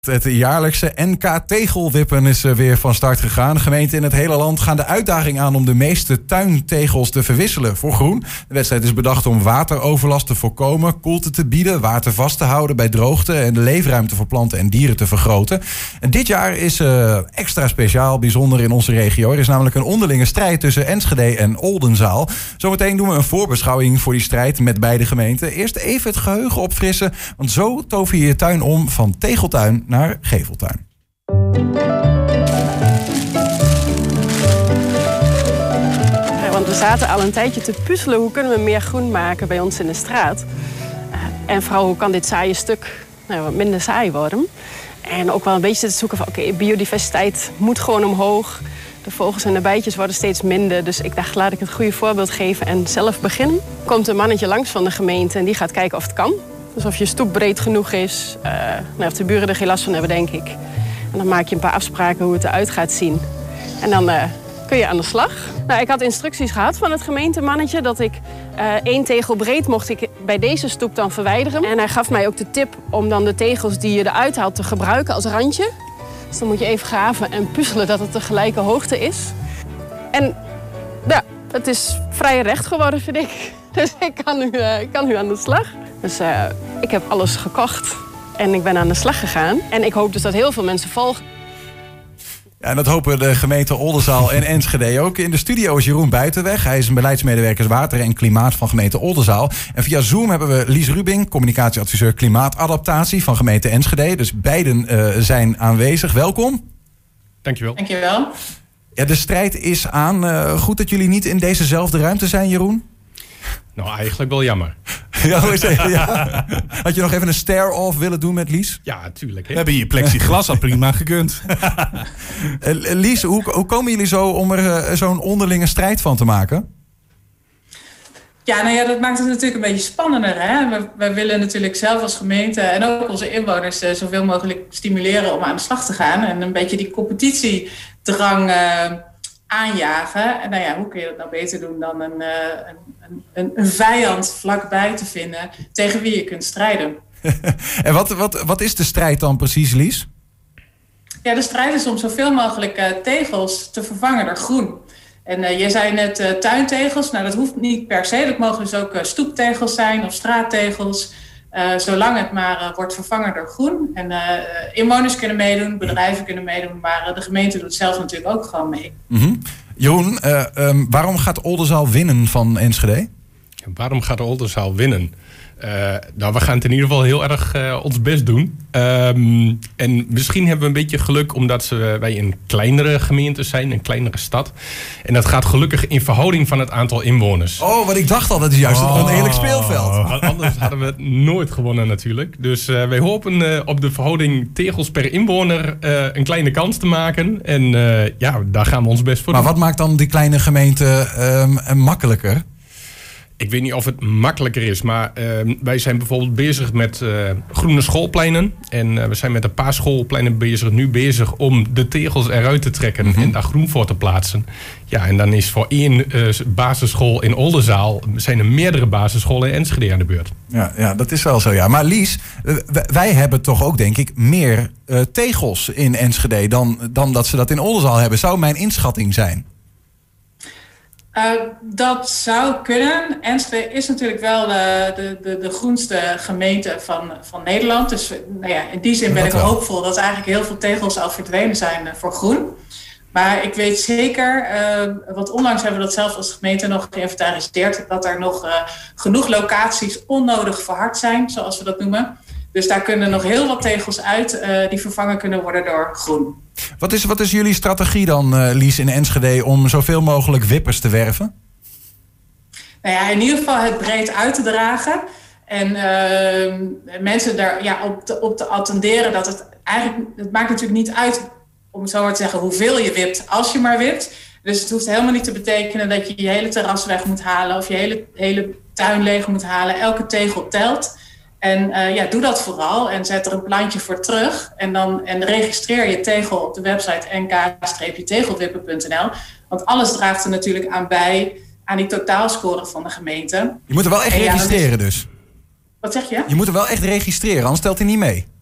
Het jaarlijkse NK Tegelwippen is weer van start gegaan. Gemeenten in het hele land gaan de uitdaging aan om de meeste tuintegels te verwisselen voor groen. De wedstrijd is bedacht om wateroverlast te voorkomen, koelte te bieden, water vast te houden bij droogte en de leefruimte voor planten en dieren te vergroten. En dit jaar is extra speciaal, bijzonder in onze regio. Er is namelijk een onderlinge strijd tussen Enschede en Oldenzaal. Zometeen doen we een voorbeschouwing voor die strijd met beide gemeenten. Eerst even het geheugen opfrissen, want zo tover je je tuin om van tegeltuin naar geveltuin. Ja, want we zaten al een tijdje te puzzelen. Hoe kunnen we meer groen maken bij ons in de straat? En vooral hoe kan dit saaie stuk wat minder saai worden? En ook wel een beetje te zoeken van biodiversiteit moet gewoon omhoog. De vogels en de bijtjes worden steeds minder. Dus ik dacht, laat ik het goede voorbeeld geven en zelf beginnen. Komt een mannetje langs van de gemeente en die gaat kijken of het kan. Dus of je stoep breed genoeg is. Of de buren er geen last van hebben, denk ik. En dan maak je een paar afspraken hoe het eruit gaat zien. En dan kun je aan de slag. Nou, ik had instructies gehad van het gemeentemannetje dat ik 1 tegel breed mocht ik bij deze stoep dan verwijderen. En hij gaf mij ook de tip om dan de tegels die je eruit haalt te gebruiken als randje. Dus dan moet je even graven en puzzelen dat het de gelijke hoogte is. En ja, het is vrij recht geworden, vind ik. Dus ik kan nu aan de slag. Dus ik heb alles gekocht en ik ben aan de slag gegaan. En ik hoop dus dat heel veel mensen volgen. Ja, en dat hopen de gemeenten Oldenzaal en Enschede ook. In de studio is Jeroen Buitenweg. Hij is een beleidsmedewerker water en klimaat van gemeente Oldenzaal. En via Zoom hebben we Lies Rubing, communicatieadviseur klimaatadaptatie van gemeente Enschede. Dus beiden zijn aanwezig. Welkom. Dankjewel. Dankjewel. Ja, de strijd is aan. Goed dat jullie niet in dezezelfde ruimte zijn, Jeroen? Nou, eigenlijk wel jammer. Ja. Had je nog even een stare-off willen doen met Lies? Ja, tuurlijk. We hebben hier plexiglas, had prima gekund. Lies, hoe komen jullie zo om er zo'n onderlinge strijd van te maken? Ja, nou ja, dat maakt het natuurlijk een beetje spannender. Hè? We willen natuurlijk zelf als gemeente en ook onze inwoners zoveel mogelijk stimuleren om aan de slag te gaan. En een beetje die competitiedrang aanjagen. En nou ja, hoe kun je dat nou beter doen dan een vijand vlakbij te vinden tegen wie je kunt strijden. En wat is de strijd dan precies, Lies? Ja, de strijd is om zoveel mogelijk tegels te vervangen door groen. En je zei net tuintegels. Nou, dat hoeft niet per se. Dat mogen dus ook stoeptegels zijn of straattegels. Zolang het maar wordt vervangen door groen. En inwoners kunnen meedoen, bedrijven kunnen meedoen. Maar de gemeente doet zelf natuurlijk ook gewoon mee. Mm-hmm. Jeroen, waarom gaat Oldenzaal winnen van Enschede? Waarom gaat Oldenzaal winnen? Nou, we gaan het in ieder geval heel erg ons best doen. En misschien hebben we een beetje geluk omdat wij een kleinere gemeente zijn, een kleinere stad. En dat gaat gelukkig in verhouding van het aantal inwoners. Oh, wat ik dacht al, dat is juist een oneerlijk speelveld. Anders hadden we het nooit gewonnen natuurlijk. Dus wij hopen op de verhouding tegels per inwoner een kleine kans te maken. En daar gaan we ons best voor doen. Maar wat maakt dan die kleine gemeente makkelijker? Ik weet niet of het makkelijker is, maar wij zijn bijvoorbeeld bezig met groene schoolpleinen. En we zijn met een paar schoolpleinen bezig om de tegels eruit te trekken en daar groen voor te plaatsen. Ja, en dan is voor 1 basisschool in Oldenzaal zijn er meerdere basisscholen in Enschede aan de beurt. Ja, dat is wel zo, ja. Maar Lies, wij hebben toch ook, denk ik, meer tegels in Enschede dan dat ze dat in Oldenzaal hebben. Zou mijn inschatting zijn? Dat zou kunnen. Enschede is natuurlijk wel de groenste gemeente van Nederland. Dus in die zin ben ik hoopvol dat eigenlijk heel veel tegels al verdwenen zijn voor groen. Maar ik weet zeker, want onlangs hebben we dat zelf als gemeente nog geïnventariseerd, dat er nog genoeg locaties onnodig verhard zijn, zoals we dat noemen. Dus daar kunnen nog heel wat tegels uit die vervangen kunnen worden door groen. Wat is jullie strategie dan, Lies, in Enschede om zoveel mogelijk wippers te werven? Nou ja, in ieder geval het breed uit te dragen. En mensen daar op te attenderen dat het maakt natuurlijk niet uit, om het zo maar te zeggen, hoeveel je wipt als je maar wipt. Dus het hoeft helemaal niet te betekenen dat je je hele terras weg moet halen of je hele tuin leeg moet halen. Elke tegel telt. En doe dat vooral en zet er een plantje voor terug. En registreer je tegel op de website nk-tegelwippen.nl. Want alles draagt er natuurlijk aan bij aan die totaalscore van de gemeente. Je moet er wel echt registreren dus. Wat zeg je? Je moet er wel echt registreren, anders telt hij niet mee.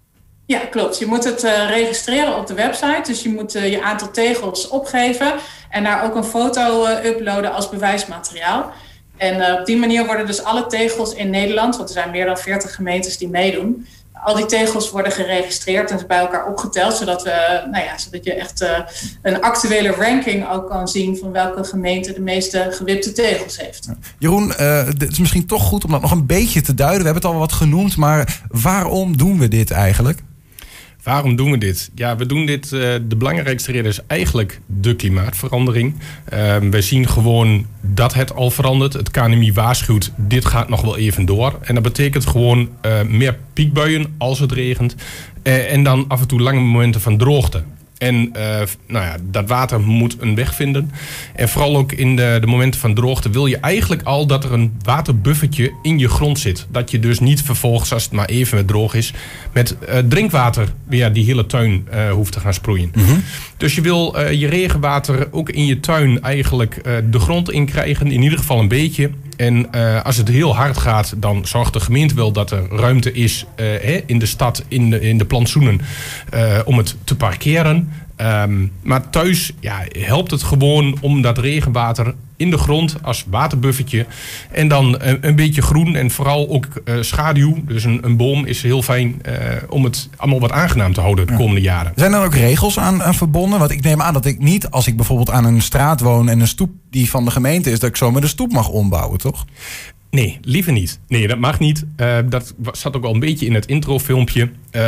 Ja, klopt. Je moet het registreren op de website. Dus je moet je aantal tegels opgeven en daar ook een foto uploaden als bewijsmateriaal. En op die manier worden dus alle tegels in Nederland, want er zijn meer dan 40 gemeentes die meedoen, al die tegels worden geregistreerd en bij elkaar opgeteld, zodat zodat je echt een actuele ranking ook kan zien van welke gemeente de meeste gewipte tegels heeft. Jeroen, het is misschien toch goed om dat nog een beetje te duiden. We hebben het al wat genoemd, maar waarom doen we dit eigenlijk? Waarom doen we dit? Ja, we doen dit. De belangrijkste reden is eigenlijk de klimaatverandering. We zien gewoon dat het al verandert. Het KNMI waarschuwt, dit gaat nog wel even door. En dat betekent gewoon meer piekbuien als het regent. En dan af en toe lange momenten van droogte. En dat water moet een weg vinden. En vooral ook in de momenten van droogte wil je eigenlijk al dat er een waterbuffertje in je grond zit. Dat je dus niet vervolgens, als het maar even droog is, met drinkwater weer die hele tuin hoeft te gaan sproeien. Mm-hmm. Dus je wil je regenwater ook in je tuin eigenlijk de grond in krijgen. In ieder geval een beetje. En als het heel hard gaat, dan zorgt de gemeente wel dat er ruimte is in de stad, in de plantsoenen, om het te parkeren. Maar thuis helpt het gewoon om dat regenwater in de grond als waterbuffertje. En dan een beetje groen en vooral ook schaduw. Dus een boom is heel fijn om het allemaal wat aangenaam te houden de komende jaren. Zijn er ook regels aan verbonden? Want ik neem aan dat ik niet, als ik bijvoorbeeld aan een straat woon en een stoep die van de gemeente is, dat ik zomaar de stoep mag ombouwen, toch? Nee, liever niet. Nee, dat mag niet. Dat zat ook al een beetje in het introfilmpje.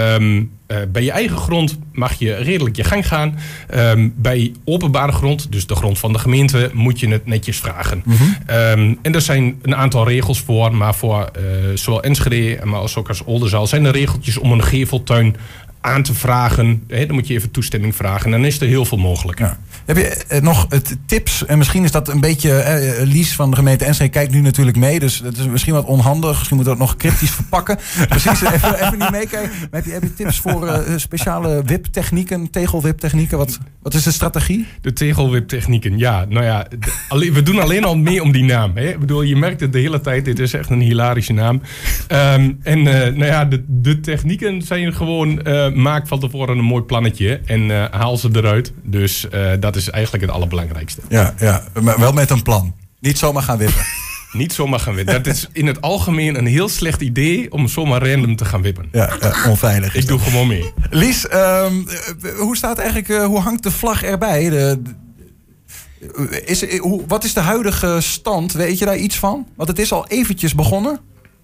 Bij je eigen grond mag je redelijk je gang gaan. Bij openbare grond, dus de grond van de gemeente, moet je het netjes vragen. Mm-hmm. En er zijn een aantal regels voor, maar voor zowel Enschede, maar ook als Oldenzaal zijn er regeltjes om een geveltuin aan te vragen. Dan moet je even toestemming vragen. En dan is er heel veel mogelijk. Ja. Heb je nog tips? En misschien is dat een beetje... Lies van de gemeente Enschede kijkt nu natuurlijk mee. Dus dat is misschien wat onhandig. Misschien moeten we dat nog cryptisch verpakken. Precies, even niet meekijken. Maar heb je tips voor speciale wiptechnieken? Tegelwiptechnieken? Wat is de strategie? De tegelwiptechnieken, ja. Nou ja, we doen alleen al mee om die naam. Hè? Ik bedoel, je merkt het de hele tijd. Dit is echt een hilarische naam. De technieken zijn gewoon... maak van tevoren een mooi plannetje en haal ze eruit. Dus dat is eigenlijk het allerbelangrijkste. Ja, maar wel met een plan. Niet zomaar gaan wippen. Niet zomaar gaan wippen. Dat is in het algemeen een heel slecht idee om zomaar random te gaan wippen. Ja, onveilig. Ik doe gewoon mee. Lies, hoe hangt de vlag erbij? Wat is de huidige stand? Weet je daar iets van? Want het is al eventjes begonnen.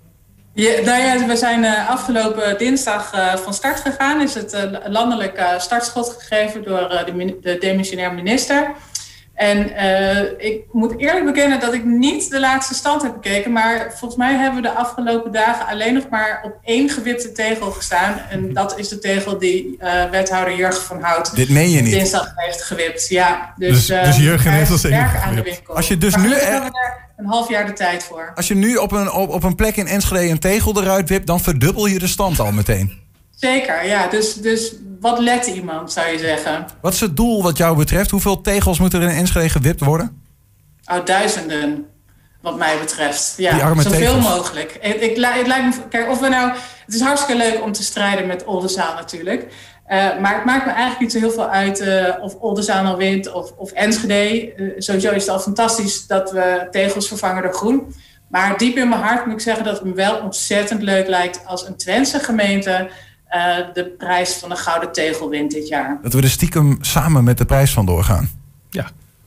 Ja, we zijn afgelopen dinsdag van start gegaan. Is het landelijk startschot gegeven door de demissionair minister. En ik moet eerlijk bekennen dat ik niet de laatste stand heb bekeken. Maar volgens mij hebben we de afgelopen dagen alleen nog maar op 1 gewipte tegel gestaan. En dat is de tegel die wethouder Jurgen van Hout Dit meen je niet. dinsdag heeft gewipt. Ja, dus Jurgen heeft als werk aan de winkel. Als je dus nu hebben we daar een half jaar de tijd voor. Als je nu op een plek in Enschede een tegel eruit wipt, dan verdubbel je de stand al meteen. Zeker, ja. Dus wat let iemand, zou je zeggen? Wat is het doel wat jou betreft? Hoeveel tegels moeten er in Enschede gewipt worden? Duizenden, wat mij betreft. Ja, zoveel mogelijk. Het lijkt me... Kijk, het is hartstikke leuk om te strijden met Oldenzaal natuurlijk. Maar het maakt me eigenlijk niet zo heel veel uit of Oldenzaal nou wint of Enschede. Sowieso is het al fantastisch dat we tegels vervangen door groen. Maar diep in mijn hart moet ik zeggen dat het me wel ontzettend leuk lijkt als een Twentse gemeente de prijs van de Gouden Tegel wint dit jaar. Dat we er stiekem samen met de prijs van doorgaan. Ja.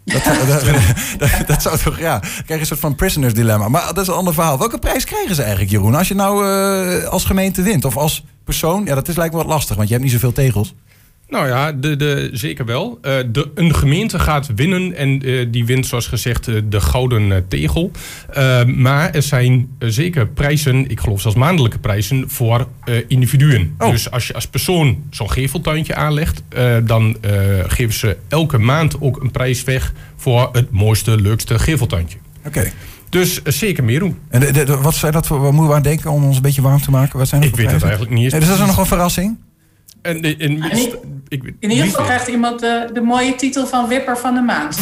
Dat zou toch, ja. Krijg je een soort van prisoners dilemma. Maar dat is een ander verhaal. Welke prijs krijgen ze eigenlijk, Jeroen? Als je nou als gemeente wint of als persoon? Ja, dat is lijkt me wat lastig, want je hebt niet zoveel tegels. Nou ja, zeker wel. Een gemeente gaat winnen en die wint zoals gezegd de Gouden Tegel. Maar er zijn zeker prijzen, ik geloof zelfs maandelijke prijzen, voor individuen. Oh. Dus als je als persoon zo'n geveltuintje aanlegt, dan geven ze elke maand ook een prijs weg voor het mooiste, leukste geveltuintje. Oké. Dus zeker meer doen. En wat zijn dat voor, wat moeten we aan denken om ons een beetje warm te maken? Wat zijn dat ik weet dat eigenlijk niet eens. Dus dat is nog een verrassing? In ieder geval krijgt iemand de mooie titel van Wipper van de Maand.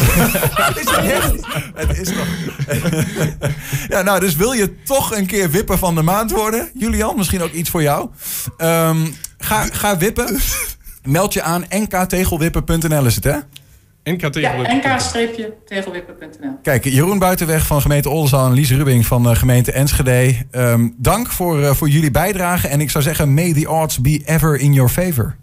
Het is toch. Ja, nou, dus wil je toch een keer Wipper van de Maand worden? Julian, misschien ook iets voor jou. Ga wippen. Meld je aan nktegelwippen.nl is het, hè? nk-tegelwippen.nl. Kijk, Jeroen Buitenweg van gemeente Oldenzaal en Lies Rubing van gemeente Enschede. Dank voor jullie bijdrage. En ik zou zeggen, may the odds be ever in your favor.